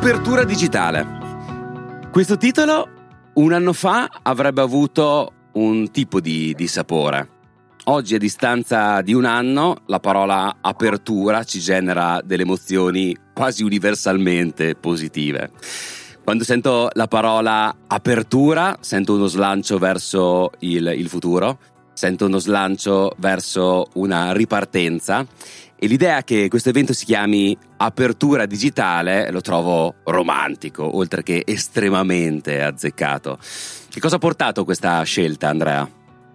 Apertura digitale. Questo titolo un anno fa avrebbe avuto un tipo di sapore. Oggi, a distanza di un anno, la parola apertura ci genera delle emozioni quasi universalmente positive. Quando sento la parola apertura, sento uno slancio verso il futuro, sento uno slancio verso una ripartenza, e l'idea che questo evento si chiami Apertura Digitale lo trovo romantico, oltre che estremamente azzeccato. Che cosa ha portato questa scelta, Andrea?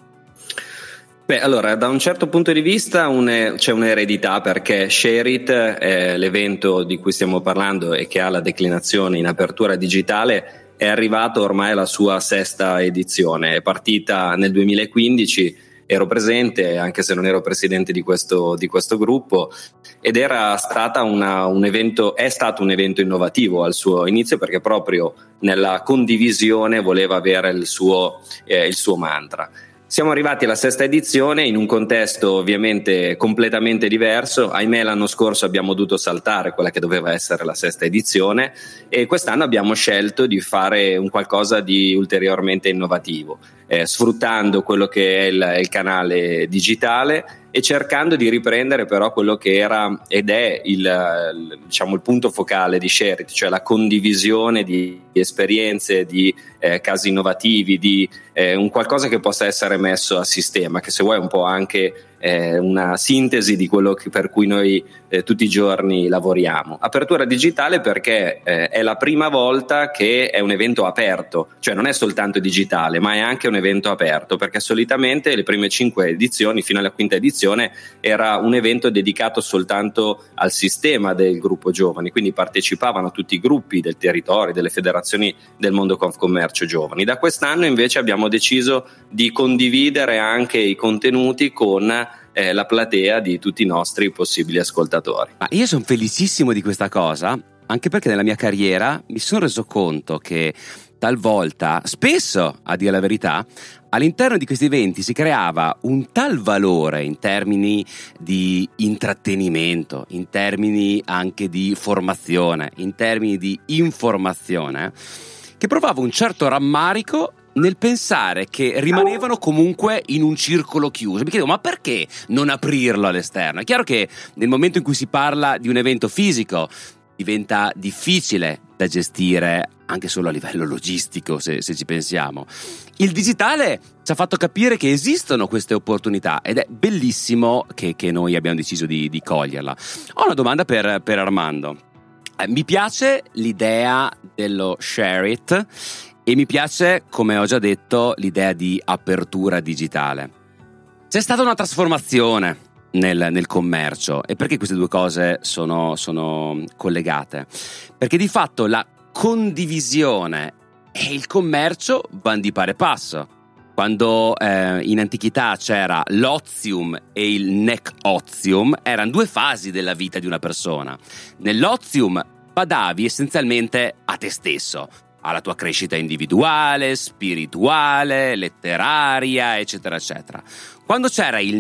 Beh, allora, da un certo punto di vista c'è un'eredità, perché Share It è l'evento di cui stiamo parlando e che ha la declinazione in apertura digitale, è arrivato ormai alla sua 6ª edizione. È partita nel 2015, ero presente anche se non ero presidente di questo gruppo, ed è stato un evento innovativo al suo inizio, perché proprio nella condivisione voleva avere il suo mantra. Siamo arrivati alla 6ª edizione in un contesto ovviamente completamente diverso. Ahimè, l'anno scorso abbiamo dovuto saltare quella che doveva essere la 6ª edizione, e quest'anno abbiamo scelto di fare un qualcosa di ulteriormente innovativo, sfruttando quello che è il canale digitale e cercando di riprendere però quello che era ed è il punto focale di Share It, cioè la condivisione di esperienze, di casi innovativi, di un qualcosa che possa essere messo a sistema, che se vuoi è un po' anche una sintesi di quello per cui noi tutti i giorni lavoriamo. Apertura digitale perché è la prima volta che è un evento aperto, cioè non è soltanto digitale ma è anche un evento aperto, perché solitamente le prime 5 edizioni fino alla 5ª edizione era un evento dedicato soltanto al sistema del gruppo giovani, quindi partecipavano tutti i gruppi del territorio, delle federazioni del mondo Confcommercio giovani. Da quest'anno invece abbiamo deciso di condividere anche i contenuti con la platea di tutti i nostri possibili ascoltatori. Ma io sono felicissimo di questa cosa, anche perché nella mia carriera mi sono reso conto che talvolta, spesso a dire la verità, all'interno di questi eventi si creava un tal valore in termini di intrattenimento, in termini anche di formazione, in termini di informazione, che provavo un certo rammarico nel pensare che rimanevano comunque in un circolo chiuso. Mi chiedevo, ma perché non aprirlo all'esterno? È chiaro che nel momento in cui si parla di un evento fisico diventa difficile da gestire anche solo a livello logistico, se ci pensiamo. Il digitale ci ha fatto capire che esistono queste opportunità ed è bellissimo che noi abbiamo deciso di coglierla. Ho una domanda per Armando. Mi piace l'idea dello Share It e mi piace, come ho già detto, l'idea di apertura digitale. C'è stata una trasformazione nel commercio. E perché queste due cose sono collegate? Perché di fatto la condivisione e il commercio vanno di pari passo. Quando in antichità c'era l'ozium e il necozium, erano due fasi della vita di una persona. Nell'ozium badavi essenzialmente a te stesso, alla tua crescita individuale, spirituale, letteraria, eccetera, eccetera. Quando c'era il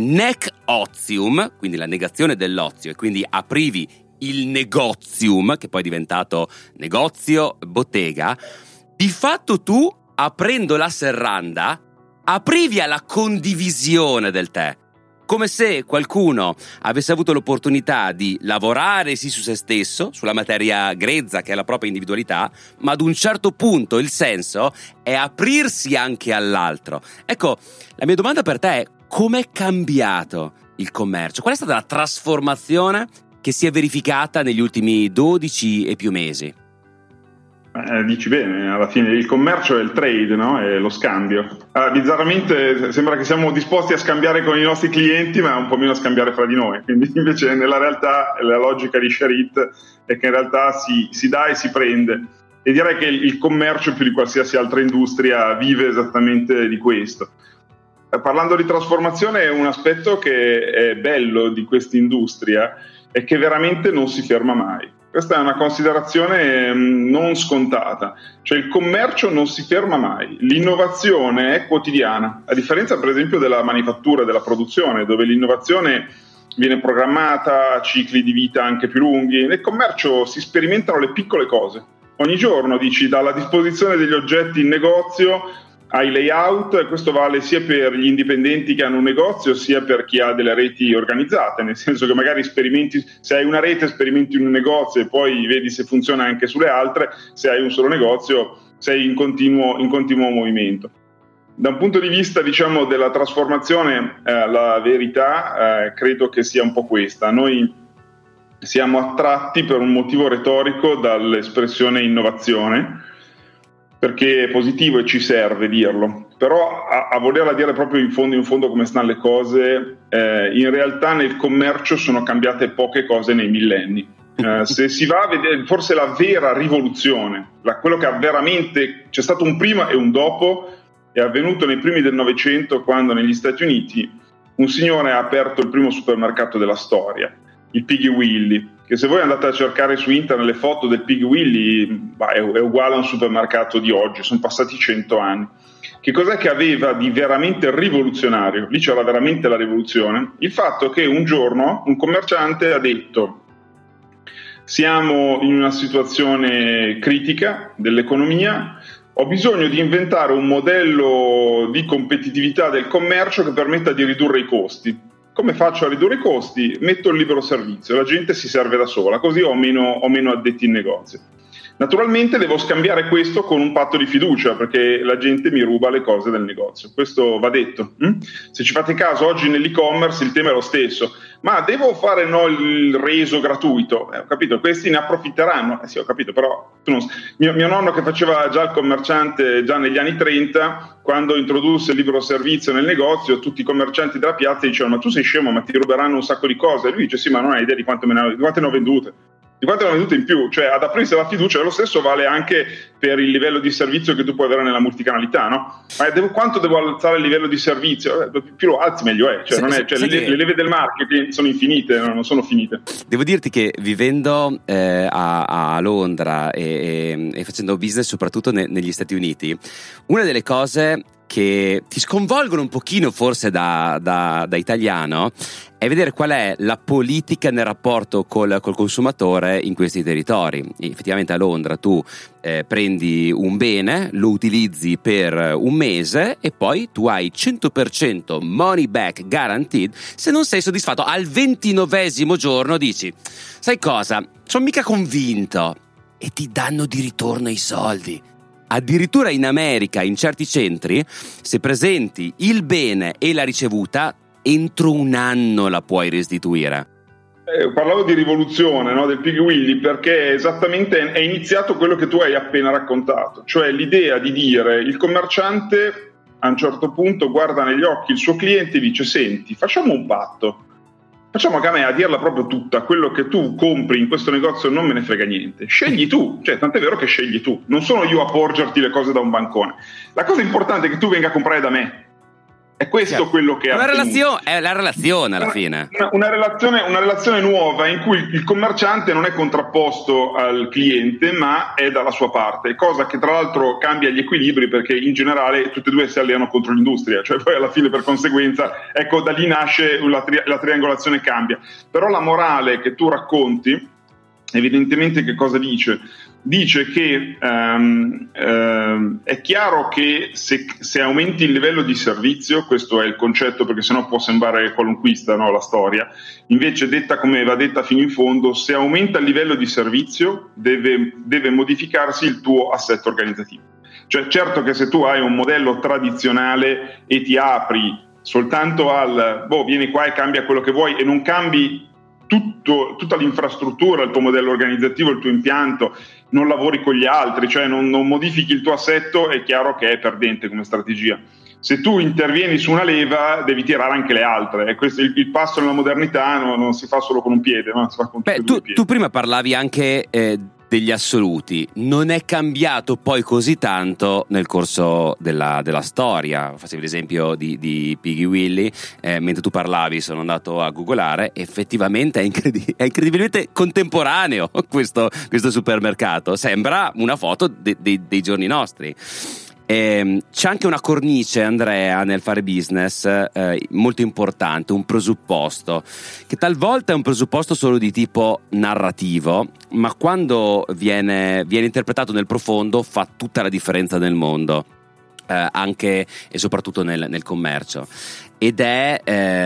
necozium, quindi la negazione dell'ozio, e quindi aprivi il negozium, che poi è diventato negozio, bottega, di fatto tu, aprendo la serranda, aprivi alla condivisione del tè. Come se qualcuno avesse avuto l'opportunità di lavorare sì su se stesso, sulla materia grezza che è la propria individualità, ma ad un certo punto il senso è aprirsi anche all'altro. Ecco, la mia domanda per te è: com'è cambiato il commercio? Qual è stata la trasformazione che si è verificata negli ultimi 12 e più mesi? Dici bene, alla fine il commercio è il trade, no? È lo scambio. Bizzarramente sembra che siamo disposti a scambiare con i nostri clienti, ma un po' meno a scambiare fra di noi. Quindi invece nella realtà la logica di Share It è che in realtà si dà e si prende. E direi che il commercio, più di qualsiasi altra industria, vive esattamente di questo. Parlando di trasformazione, un aspetto che è bello di questa industria è che veramente non si ferma mai. Questa è una considerazione non scontata, cioè il commercio non si ferma mai, l'innovazione è quotidiana, a differenza per esempio della manifattura, della produzione, dove l'innovazione viene programmata, cicli di vita anche più lunghi. Nel commercio si sperimentano le piccole cose ogni giorno, dici, dalla disposizione degli oggetti in negozio ai layout, e questo vale sia per gli indipendenti che hanno un negozio sia per chi ha delle reti organizzate, nel senso che magari sperimenti, se hai una rete sperimenti in un negozio e poi vedi se funziona anche sulle altre, se hai un solo negozio sei in continuo movimento. Da un punto di vista, diciamo, della trasformazione, la verità credo che sia un po' questa. Noi siamo attratti per un motivo retorico dall'espressione innovazione, perché è positivo e ci serve dirlo, però a volerla dire proprio in fondo come stanno le cose, in realtà nel commercio sono cambiate poche cose nei millenni. Se si va a vedere forse la vera rivoluzione, quello che ha veramente, c'è stato un prima e un dopo, è avvenuto nei primi del Novecento, quando negli Stati Uniti un signore ha aperto il primo supermercato della storia, il Piggly Wiggly, che se voi andate a cercare su internet le foto del Piggly Wiggly è uguale a un supermercato di oggi, sono passati 100 anni. Che cos'è che aveva di veramente rivoluzionario? Lì c'era veramente la rivoluzione. Il fatto che un giorno un commerciante ha detto: siamo in una situazione critica dell'economia, ho bisogno di inventare un modello di competitività del commercio che permetta di ridurre i costi. Come faccio a ridurre i costi? Metto il libero servizio, la gente si serve da sola, così ho meno addetti in negozio. Naturalmente devo scambiare questo con un patto di fiducia, perché la gente mi ruba le cose del negozio. Questo va detto. Se ci fate caso, oggi nell'e-commerce il tema è lo stesso. Ma devo fare il reso gratuito? Ho capito, questi ne approfitteranno. Sì, ho capito, però mio nonno, che faceva già il commerciante già negli anni 30, quando introdusse il libero servizio nel negozio, tutti i commercianti della piazza dicevano: ma tu sei scemo, ma ti ruberanno un sacco di cose. E lui dice: sì, ma non hai idea di quante ne ho vendute. Di quante ne ho vendute in più, cioè ad aprirsi la fiducia. Lo stesso vale anche per il livello di servizio che tu puoi avere nella multicanalità, no? Ma quanto devo alzare il livello di servizio? Più lo alzi meglio è, cioè, le leve del marketing sono infinite, non sono finite. Devo dirti che vivendo a Londra e facendo business soprattutto negli Stati Uniti, una delle cose che ti sconvolgono un pochino forse da italiano è vedere qual è la politica nel rapporto col consumatore in questi territori. Effettivamente a Londra tu prendi un bene, lo utilizzi per un mese e poi tu hai 100% money back guaranteed. Se non sei soddisfatto al 29esimo giorno dici: sai cosa, sono mica convinto, e ti danno di ritorno i soldi. Addirittura in America, in certi centri, se presenti il bene e la ricevuta, entro un anno la puoi restituire. Parlavo di rivoluzione, no, del Piggly Wiggly, perché esattamente è iniziato quello che tu hai appena raccontato, cioè l'idea di dire: il commerciante a un certo punto guarda negli occhi il suo cliente e dice: senti, facciamo un patto. Facciamo che a me, a dirla proprio tutta, quello che tu compri in questo negozio non me ne frega niente. Scegli tu, cioè tant'è vero che scegli tu. Non sono io a porgerti le cose da un bancone. La cosa importante è che tu venga a comprare da me. È questo quello che è la relazione alla fine. Una relazione nuova in cui il commerciante non è contrapposto al cliente, ma è dalla sua parte, cosa che tra l'altro cambia gli equilibri, perché in generale tutte e due si alleano contro l'industria, cioè poi alla fine, per conseguenza, ecco, da lì nasce la triangolazione, cambia. Però la morale che tu racconti, evidentemente, che cosa dice? Dice che è chiaro che se aumenti il livello di servizio, questo è il concetto, perché sennò può sembrare qualunquista, no, la storia, invece detta come va detta fino in fondo: se aumenta il livello di servizio deve modificarsi il tuo assetto organizzativo. Cioè, certo che se tu hai un modello tradizionale e ti apri soltanto vieni qua e cambia quello che vuoi, e non cambi tutta l'infrastruttura, il tuo modello organizzativo, il tuo impianto, non lavori con gli altri, cioè non modifichi il tuo assetto, è chiaro che è perdente come strategia. Se tu intervieni su una leva, devi tirare anche le altre, e questo il passo nella modernità non si fa solo con un piede, no? Si fa con tutti e due i piedi. Tu prima parlavi anche degli assoluti. Non è cambiato poi così tanto nel corso della storia. Facevi l'esempio di Piggly Wiggly, mentre tu parlavi sono andato a googolare. Effettivamente è incredibilmente contemporaneo questo supermercato, sembra una foto dei giorni nostri. C'è anche una cornice, Andrea, nel fare business molto importante, un presupposto che talvolta è un presupposto solo di tipo narrativo, ma quando viene interpretato nel profondo fa tutta la differenza nel mondo, anche e soprattutto nel commercio, ed è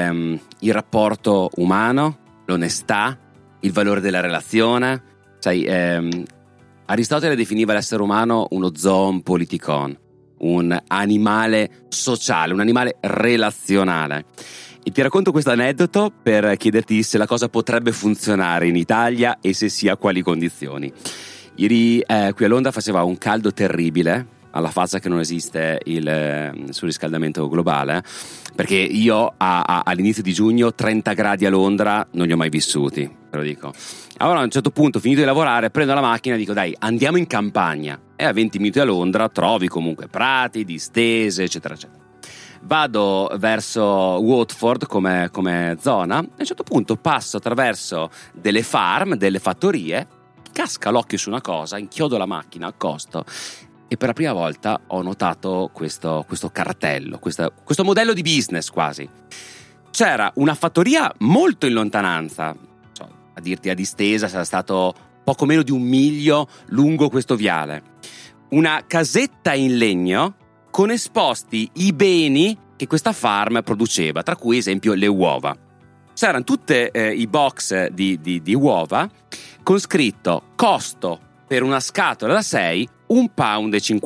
il rapporto umano, l'onestà, il valore della relazione. Sai, Aristotele definiva l'essere umano uno zoon politikon, un animale sociale, un animale relazionale. E ti racconto questo aneddoto per chiederti se la cosa potrebbe funzionare in Italia e se sì, a quali condizioni. Ieri qui a Londra faceva un caldo terribile, alla faccia che non esiste il surriscaldamento globale, perché io all'inizio di giugno 30 gradi a Londra non li ho mai vissuti, te lo dico. Allora a un certo punto, finito di lavorare, prendo la macchina e dico dai, andiamo in campagna. E a 20 minuti a Londra trovi comunque prati, distese, eccetera eccetera. Vado verso Watford come zona e a un certo punto passo attraverso delle farm, delle fattorie, casca l'occhio su una cosa, inchiodo la macchina, accosto e per la prima volta ho notato questo cartello, questo modello di business quasi. C'era una fattoria molto in lontananza, a dirti a distesa sarà stato poco meno di 1 miglio lungo questo viale, una casetta in legno con esposti i beni che questa farm produceva, tra cui esempio le uova. C'erano tutte i box di uova con scritto costo per una scatola da 6 £1,50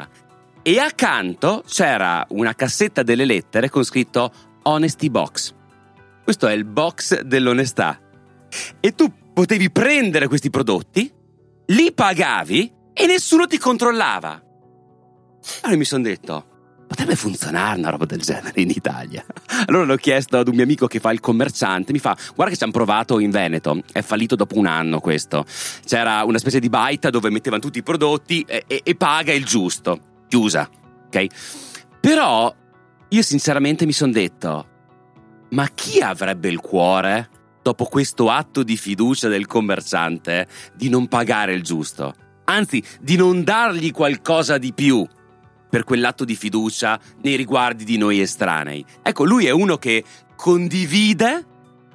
e accanto c'era una cassetta delle lettere con scritto Honesty Box. Questo è il box dell'onestà. E tu potevi prendere questi prodotti, li pagavi e nessuno ti controllava. Allora mi sono detto, potrebbe funzionare una roba del genere in Italia. Allora l'ho chiesto ad un mio amico che fa il commerciante, mi fa, guarda che ci hanno provato in Veneto, è fallito dopo 1 anno questo. C'era una specie di baita dove mettevano tutti i prodotti e paga il giusto, chiusa, ok? Però io sinceramente mi sono detto, ma chi avrebbe il cuore, dopo questo atto di fiducia del commerciante, di non pagare il giusto? Anzi, di non dargli qualcosa di più per quell'atto di fiducia nei riguardi di noi estranei. Ecco, lui è uno che condivide,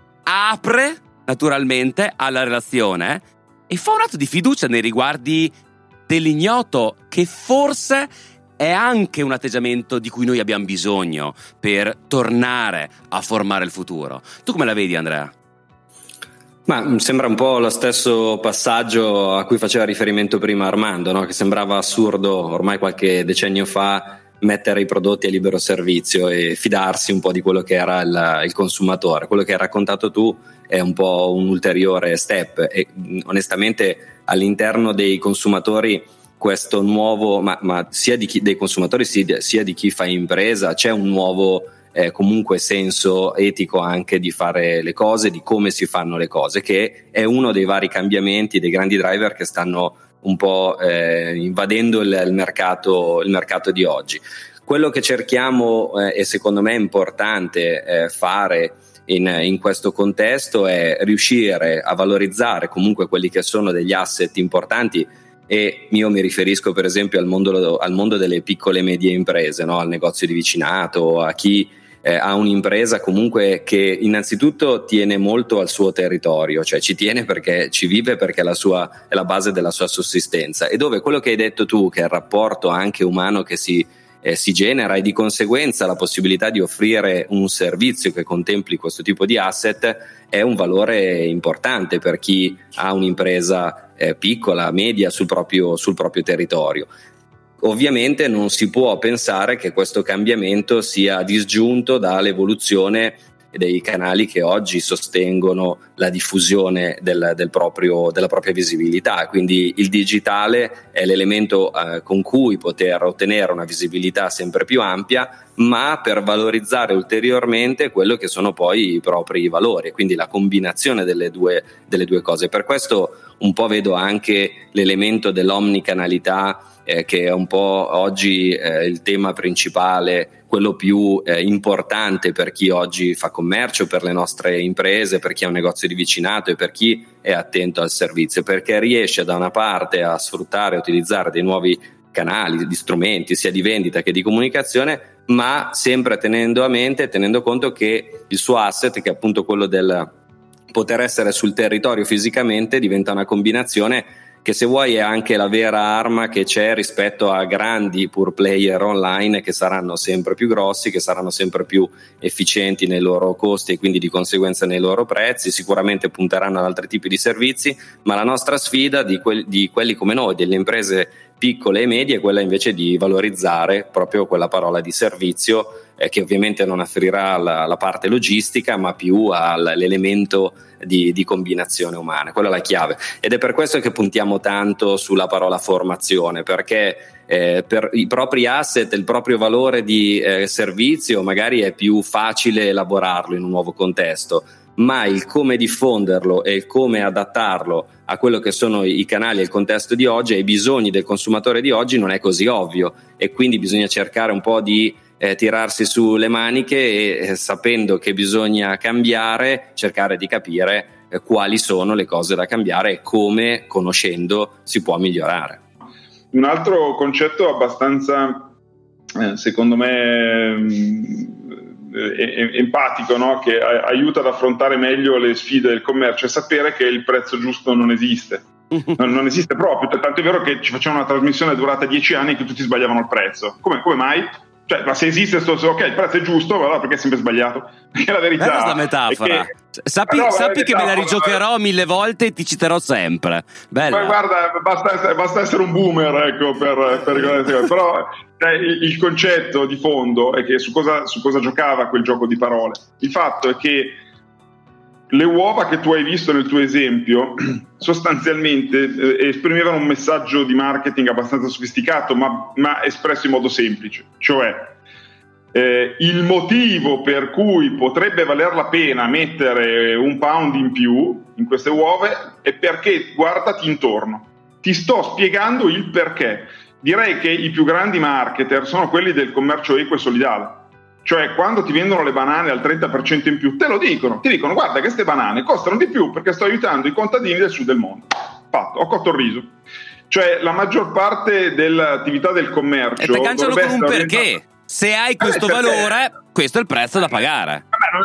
apre naturalmente alla relazione e fa un atto di fiducia nei riguardi dell'ignoto, che forse è anche un atteggiamento di cui noi abbiamo bisogno per tornare a formare il futuro. Tu come la vedi, Andrea? Ma mi sembra un po' lo stesso passaggio a cui faceva riferimento prima Armando, no? Che sembrava assurdo ormai qualche decennio fa mettere i prodotti a libero servizio e fidarsi un po' di quello che era il consumatore. Quello che hai raccontato tu è un po' un ulteriore step e onestamente all'interno dei consumatori questo nuovo, ma sia dei consumatori sia di chi fa impresa, c'è un nuovo comunque senso etico anche di fare le cose, di come si fanno le cose, che è uno dei vari cambiamenti, dei grandi driver che stanno un po' invadendo il mercato di oggi. Quello che cerchiamo e secondo me è importante fare in questo contesto è riuscire a valorizzare comunque quelli che sono degli asset importanti, e io mi riferisco per esempio al mondo delle piccole e medie imprese, no? Al negozio di vicinato, a chi ha un'impresa comunque che innanzitutto tiene molto al suo territorio, cioè ci tiene perché ci vive, perché è la base della sua sussistenza, e dove quello che hai detto tu, che è il rapporto anche umano che si genera, e di conseguenza la possibilità di offrire un servizio che contempli questo tipo di asset è un valore importante per chi ha un'impresa piccola, media sul proprio territorio. Ovviamente non si può pensare che questo cambiamento sia disgiunto dall'evoluzione dei canali che oggi sostengono la diffusione della propria visibilità. Quindi il digitale è l'elemento con cui poter ottenere una visibilità sempre più ampia, ma per valorizzare ulteriormente quello che sono poi i propri valori, quindi la combinazione delle due cose. Per questo un po' vedo anche l'elemento dell'omnicanalità che è un po' oggi il tema principale, quello più importante per chi oggi fa commercio, per le nostre imprese, per chi ha un negozio di vicinato e per chi è attento al servizio, perché riesce da una parte a sfruttare e utilizzare dei nuovi canali, di strumenti, sia di vendita che di comunicazione, ma sempre tenendo conto che il suo asset, che è appunto quello del poter essere sul territorio fisicamente, diventa una combinazione che, se vuoi, è anche la vera arma che c'è rispetto a grandi pure player online, che saranno sempre più grossi, che saranno sempre più efficienti nei loro costi e quindi di conseguenza nei loro prezzi, sicuramente punteranno ad altri tipi di servizi, ma la nostra sfida di quelli come noi, delle imprese piccole e medie, è quella invece di valorizzare proprio quella parola di servizio, che ovviamente non afferirà la parte logistica, ma più all'elemento di combinazione umana. Quella è la chiave, ed è per questo che puntiamo tanto sulla parola formazione, perché per i propri asset, il proprio valore di servizio magari è più facile elaborarlo in un nuovo contesto, ma il come diffonderlo e il come adattarlo a quello che sono i canali e il contesto di oggi e i bisogni del consumatore di oggi non è così ovvio, e quindi bisogna cercare un po' di tirarsi su le maniche e, sapendo che bisogna cambiare, cercare di capire quali sono le cose da cambiare e come, conoscendo, si può migliorare. Un altro concetto abbastanza, secondo me, empatico, no? Che aiuta ad affrontare meglio le sfide del commercio, è sapere che il prezzo giusto non esiste. Non esiste proprio, tanto è vero che ci facevano una trasmissione durata 10 anni che tutti sbagliavano il prezzo. Come mai? Cioè, ma se esiste ok, il prezzo è giusto, allora perché è sempre sbagliato? Perché la verità questa metafora. Sappi che me la rigiocherò 1000 volte e ti citerò sempre. Bella. Ma guarda, basta essere un boomer, ecco, per ricordare. Però il concetto di fondo è che su cosa giocava quel gioco di parole. Il fatto è che le uova che tu hai visto nel tuo esempio sostanzialmente esprimevano un messaggio di marketing abbastanza sofisticato, ma espresso in modo semplice, cioè il motivo per cui potrebbe valer la pena mettere £1 in più in queste uova è perché guardati intorno, ti sto spiegando il perché. Direi che i più grandi marketer sono quelli del commercio equo e solidale. Cioè, quando ti vendono le banane al 30% in più, te lo dicono, ti dicono: guarda che queste banane costano di più perché sto aiutando i contadini del sud del mondo. Fatto, ho cotto il riso. Cioè, la maggior parte dell'attività del commercio... E te cancellano con un perché. Se hai questo valore, questo è il prezzo da pagare.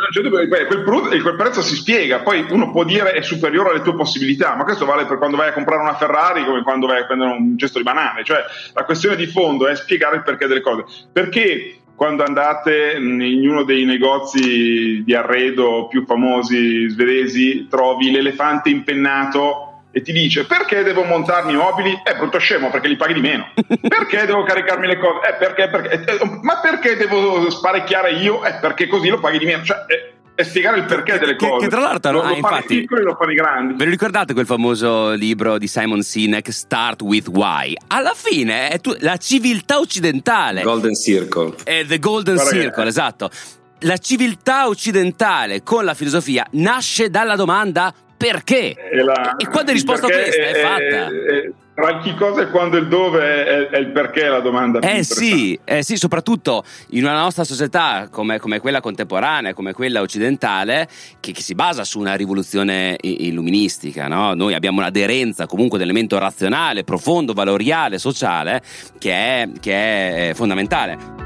Quel prezzo si spiega, poi uno può dire è superiore alle tue possibilità, ma questo vale per quando vai a comprare una Ferrari come quando vai a prendere un cesto di banane. Cioè, la questione di fondo è spiegare il perché delle cose. Perché quando andate in uno dei negozi di arredo più famosi svedesi trovi l'elefante impennato e ti dice: perché devo montarmi i mobili? È brutto scemo, perché li paghi di meno. Perché devo caricarmi le cose? Perché. Ma perché devo sparecchiare io? Perché così lo paghi di meno. Cioè, è spiegare il perché delle cose. Che tra l'altro lo fanno i piccoli e lo fanno i grandi. Ve lo ricordate quel famoso libro di Simon Sinek, Start with Why? Alla fine è la civiltà occidentale. Golden Circle. È The Golden Circle, esatto. La civiltà occidentale con la filosofia nasce dalla domanda perché? E quando hai risposto a questa è fatta. Tra il chi cosa e quando il dove è il perché la domanda più sì, soprattutto in una nostra società come quella contemporanea, come quella occidentale, che si basa su una rivoluzione illuministica, no? Noi abbiamo un'aderenza comunque dell'elemento razionale, profondo, valoriale, sociale, che è fondamentale.